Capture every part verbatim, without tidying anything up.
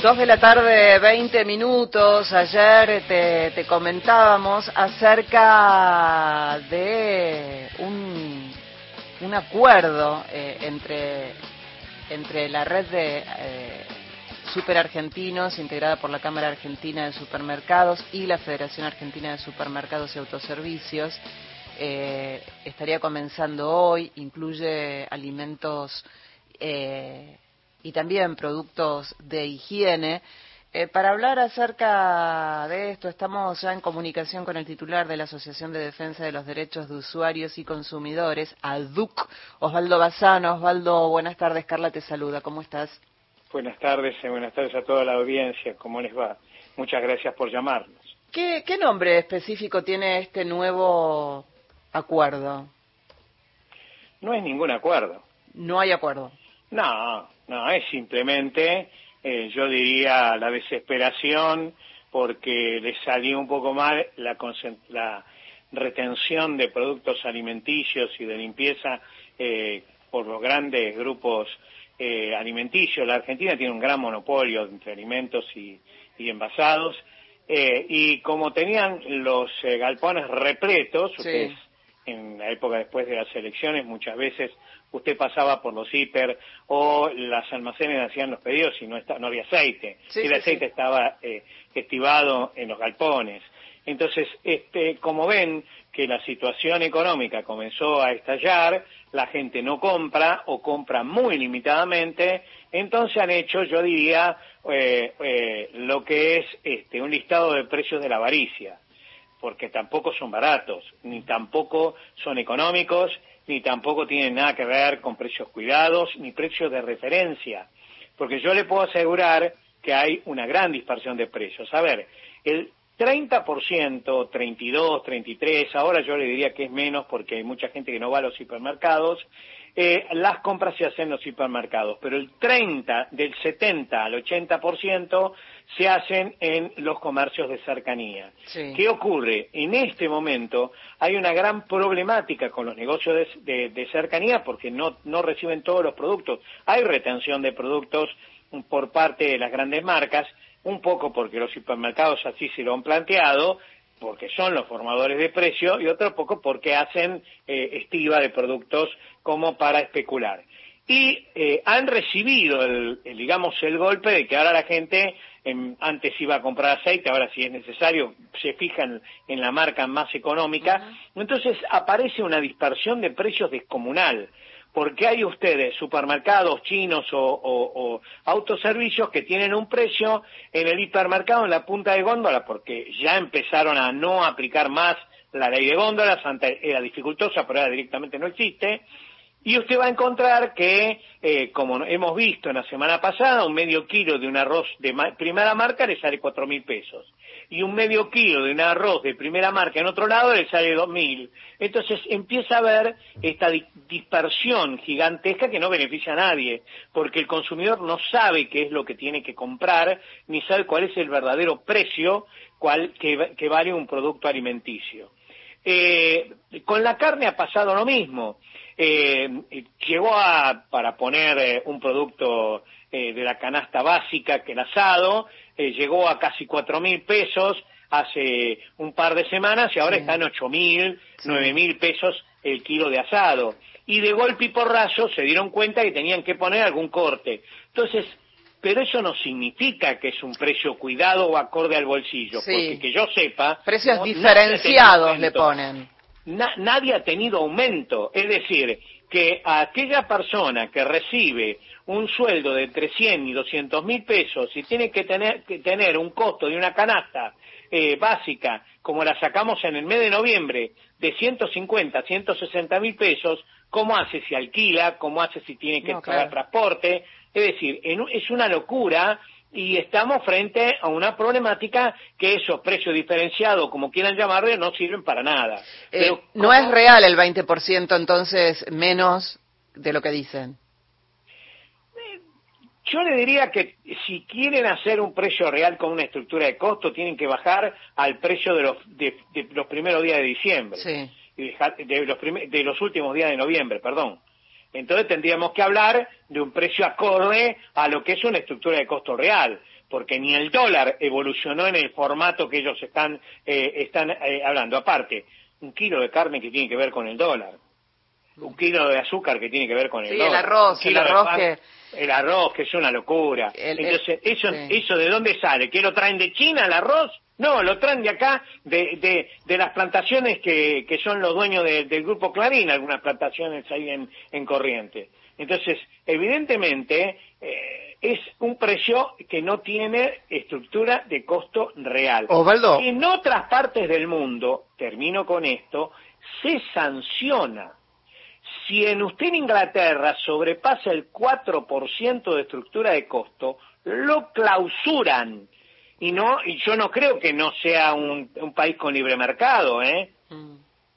Dos de la tarde, veinte minutos. Ayer te, te comentábamos acerca de un, un acuerdo eh, entre, entre la red de eh, superargentinos, integrada por la Cámara Argentina de Supermercados y la Federación Argentina de Supermercados y Autoservicios. Eh, estaría comenzando hoy, incluye alimentos eh, y también productos de higiene. Eh, para hablar acerca de esto, estamos ya en comunicación con el titular de la Asociación de Defensa de los Derechos de Usuarios y Consumidores, A D U C, Osvaldo Bazano. Osvaldo, buenas tardes. Carla te saluda. ¿Cómo estás? Buenas tardes, eh, buenas tardes a toda la audiencia. ¿Cómo les va? Muchas gracias por llamarnos. ¿Qué, qué nombre específico tiene este nuevo acuerdo? No es ningún acuerdo. No hay acuerdo. No, no, es simplemente, eh, yo diría, la desesperación porque les salió un poco mal la, la retención de productos alimenticios y de limpieza eh, por los grandes grupos eh, alimenticios. La Argentina tiene un gran monopolio entre alimentos y, y envasados, eh, y como tenían los eh, galpones repletos, sí. Ustedes en la época después de las elecciones muchas veces usted pasaba por los hiper o las almacenes hacían los pedidos y no, está, no había aceite, sí, y el sí, aceite sí. estaba eh, estivado en los galpones. Entonces, este, como ven que la situación económica comenzó a estallar, la gente no compra o compra muy limitadamente, entonces han hecho, yo diría, eh, eh, lo que es este, un listado de precios de la avaricia, porque tampoco son baratos, ni tampoco son económicos, ni tampoco tienen nada que ver con precios cuidados, ni precios de referencia, porque yo le puedo asegurar que hay una gran dispersión de precios. A ver, el treinta por ciento, treinta y dos, treinta y tres, ahora yo le diría que es menos porque hay mucha gente que no va a los hipermercados, eh, las compras se hacen en los hipermercados, pero el treinta, del setenta al ochenta por ciento se hacen en los comercios de cercanía. Sí. ¿Qué ocurre? En este momento hay una gran problemática con los negocios de, de, de cercanía porque no, no reciben todos los productos. Hay retención de productos por parte de las grandes marcas, un poco porque los supermercados así se lo han planteado, porque son los formadores de precio, y otro poco porque hacen eh, estiva de productos como para especular. Y eh, han recibido, el, el, digamos, el golpe de que ahora la gente, eh, antes iba a comprar aceite, ahora si es necesario, se fijan en la marca más económica. Uh-huh. Entonces aparece una dispersión de precios descomunal. Porque hay ustedes supermercados chinos o, o, o autoservicios que tienen un precio en el hipermercado en la punta de góndola, porque ya empezaron a no aplicar más la ley de góndolas, antes era dificultosa, pero ahora directamente no existe, y usted va a encontrar que, eh, como hemos visto en la semana pasada, un medio kilo de un arroz de ma- primera marca le sale cuatro mil pesos, y un medio kilo de un arroz de primera marca en otro lado le sale dos mil. Entonces empieza a haber esta di- dispersión gigantesca que no beneficia a nadie, porque el consumidor no sabe qué es lo que tiene que comprar, ni sabe cuál es el verdadero precio cuál, que, que vale un producto alimenticio. Eh, con la carne ha pasado lo mismo. Eh, llegó a, para poner eh, un producto eh, de la canasta básica, que el asado, eh, llegó a casi cuatro mil pesos hace un par de semanas y ahora sí. está en ocho mil, sí. nueve mil pesos el kilo de asado. Y de golpe y porrazo se dieron cuenta que tenían que poner algún corte. Entonces, pero eso no significa que es un precio cuidado o acorde al bolsillo, sí. porque que yo sepa... Precios no, diferenciados le ponen. Na, nadie ha tenido aumento, es decir, que a aquella persona que recibe un sueldo de entre cien y doscientos mil pesos y tiene que tener, que tener un costo de una canasta eh, básica, como la sacamos en el mes de noviembre, de ciento cincuenta, ciento sesenta mil pesos, ¿cómo hace si alquila? ¿Cómo hace si tiene que no, pagar claro. transporte? Es decir, en, es una locura. Y estamos frente a una problemática que esos precios diferenciados, como quieran llamarle, no sirven para nada. Eh, Pero, no es real el veinte por ciento, entonces, menos de lo que dicen. Yo le diría que si quieren hacer un precio real con una estructura de costo, tienen que bajar al precio de los, de, de los primeros días de diciembre. Sí. Y dejar, de, los primer, de los últimos días de noviembre, perdón. Entonces tendríamos que hablar de un precio acorde a lo que es una estructura de costo real, porque ni el dólar evolucionó en el formato que ellos están, eh, están eh, hablando. Aparte, un kilo de carne que tiene que ver con el dólar, un kilo de azúcar que tiene que ver con el sí, dólar. el arroz, el arroz pan, que... El arroz, que es una locura. El, Entonces, el, ¿eso, sí. ¿eso de dónde sale? ¿Que lo traen de China el arroz? No, lo traen de acá, de, de, de las plantaciones que, que son los dueños de, del Grupo Clarín, algunas plantaciones ahí en, en Corrientes. Entonces, evidentemente, eh, es un precio que no tiene estructura de costo real. Osvaldo. En otras partes del mundo, termino con esto, se sanciona. Si en usted en Inglaterra sobrepasa el cuatro por ciento de estructura de costo, lo clausuran. Y no, y yo no creo que no sea un, un país con libre mercado, ¿eh? Mm.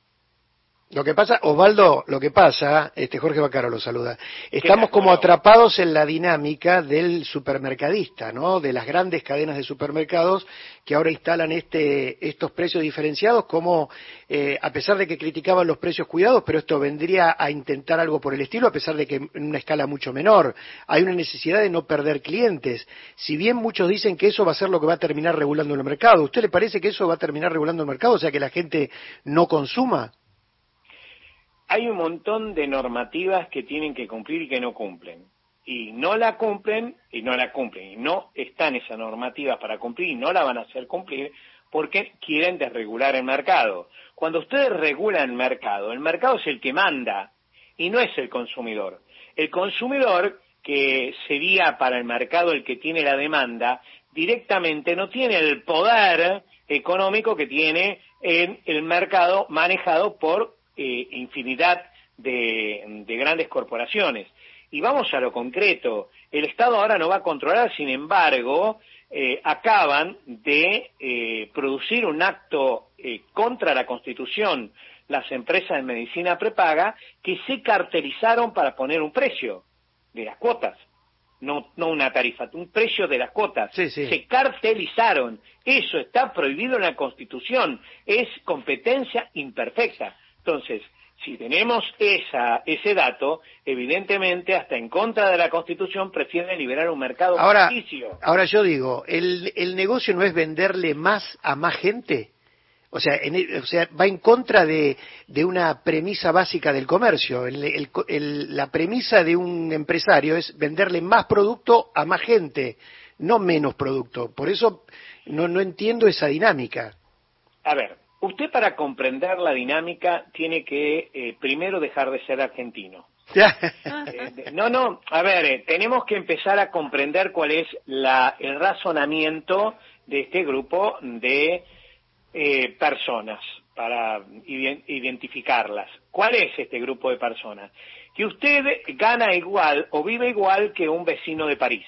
Lo que pasa, Osvaldo, lo que pasa, este Jorge Bacaro lo saluda, estamos como atrapados en la dinámica del supermercadista, ¿no? De las grandes cadenas de supermercados que ahora instalan este, estos precios diferenciados como, eh, a pesar de que criticaban los precios cuidados, pero esto vendría a intentar algo por el estilo, a pesar de que en una escala mucho menor. Hay una necesidad de no perder clientes. Si bien muchos dicen que eso va a ser lo que va a terminar regulando el mercado, ¿a usted le parece que eso va a terminar regulando el mercado? O sea, que la gente no consuma. Hay un montón de normativas que tienen que cumplir y que no cumplen. Y no la cumplen, y no la cumplen, y no están esas normativas para cumplir, y no la van a hacer cumplir, porque quieren desregular el mercado. Cuando ustedes regulan el mercado, el mercado es el que manda, y no es el consumidor. El consumidor, que sería para el mercado el que tiene la demanda, directamente no tiene el poder económico que tiene en el mercado manejado por Eh, infinidad de, de grandes corporaciones. Y vamos a lo concreto, el Estado ahora no va a controlar, sin embargo, eh, acaban de eh, producir un acto eh, contra la Constitución, las empresas de medicina prepaga, que se cartelizaron para poner un precio de las cuotas, no, no una tarifa, un precio de las cuotas, sí, sí. Se cartelizaron, eso está prohibido en la Constitución, es competencia imperfecta. Entonces, si tenemos esa, ese dato, evidentemente, hasta en contra de la Constitución, prefieren liberar un mercado ahora, ficticio. Ahora yo digo, ¿el, ¿el negocio no es venderle más a más gente? O sea, en el, o sea va en contra de, de una premisa básica del comercio. El, el, el, la premisa de un empresario es venderle más producto a más gente, no menos producto. Por eso no, no entiendo esa dinámica. A ver. Usted, para comprender la dinámica, tiene que eh, primero dejar de ser argentino. eh, no, no, a ver, eh, tenemos que empezar a comprender cuál es la, el razonamiento de este grupo de eh, personas, para identificarlas. ¿Cuál es este grupo de personas? Que usted gana igual o vive igual que un vecino de París.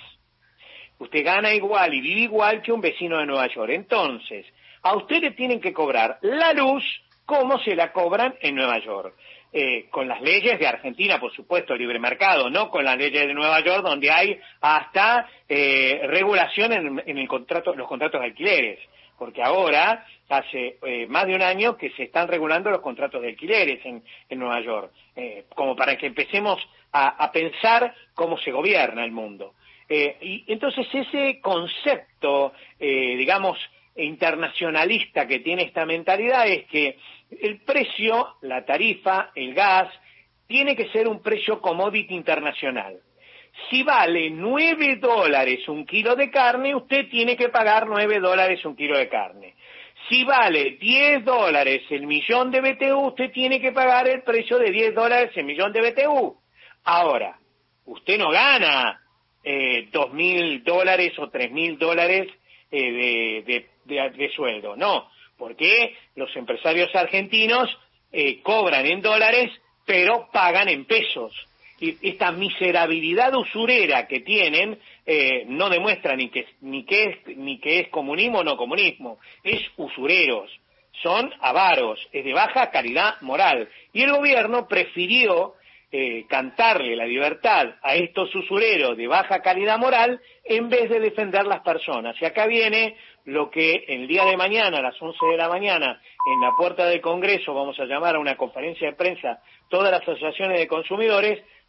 Usted gana igual y vive igual que un vecino de Nueva York. Entonces, a ustedes tienen que cobrar la luz como se la cobran en Nueva York. Eh, con las leyes de Argentina, por supuesto, libre mercado, no con las leyes de Nueva York, donde hay hasta eh, regulación en, en el contrato, los contratos de alquileres. Porque ahora, hace eh, más de un año que se están regulando los contratos de alquileres en, en Nueva York, eh, como para que empecemos a, a pensar cómo se gobierna el mundo. Eh, y entonces ese concepto, eh, digamos, internacionalista que tiene esta mentalidad es que el precio, la tarifa, el gas, tiene que ser un precio commodity internacional. Si vale nueve dólares un kilo de carne, usted tiene que pagar nueve dólares un kilo de carne. Si vale diez dólares el millón de B T U, usted tiene que pagar el precio de diez dólares el millón de B T U. Ahora, usted no gana eh, dos mil dólares o tres mil dólares eh, de, de, de, de sueldo, no, porque los empresarios argentinos eh, cobran en dólares, pero pagan en pesos. Y esta miserabilidad usurera que tienen eh, no demuestra ni que, ni, que es, ni que es comunismo o no comunismo, es usureros, son avaros, es de baja calidad moral. Y el gobierno prefirió eh, cantarle la libertad a estos usureros de baja calidad moral en vez de defender las personas. Y acá viene lo que el día de mañana, a las once de la mañana, en la puerta del Congreso, vamos a llamar a una conferencia de prensa todas las asociaciones de consumidores,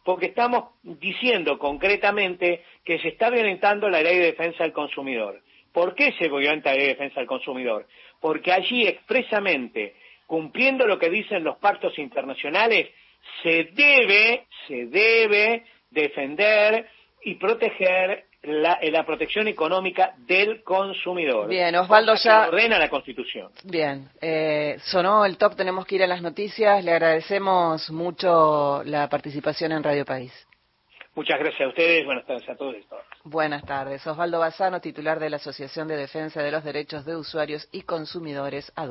porque estamos diciendo concretamente que se está violentando la Ley de Defensa del Consumidor. ¿Por qué se violenta la Ley de Defensa del Consumidor? Porque allí expresamente, cumpliendo lo que dicen los pactos internacionales, se debe, se debe defender y proteger la, la protección económica del consumidor. Bien, Osvaldo, ya ordena la Constitución. Bien, eh, sonó el top, tenemos que ir a las noticias. Le agradecemos mucho la participación en Radio País. Muchas gracias a ustedes, buenas tardes a todos y todas. Buenas tardes. Osvaldo Bassano, titular de la Asociación de Defensa de los Derechos de Usuarios y Consumidores Adultos.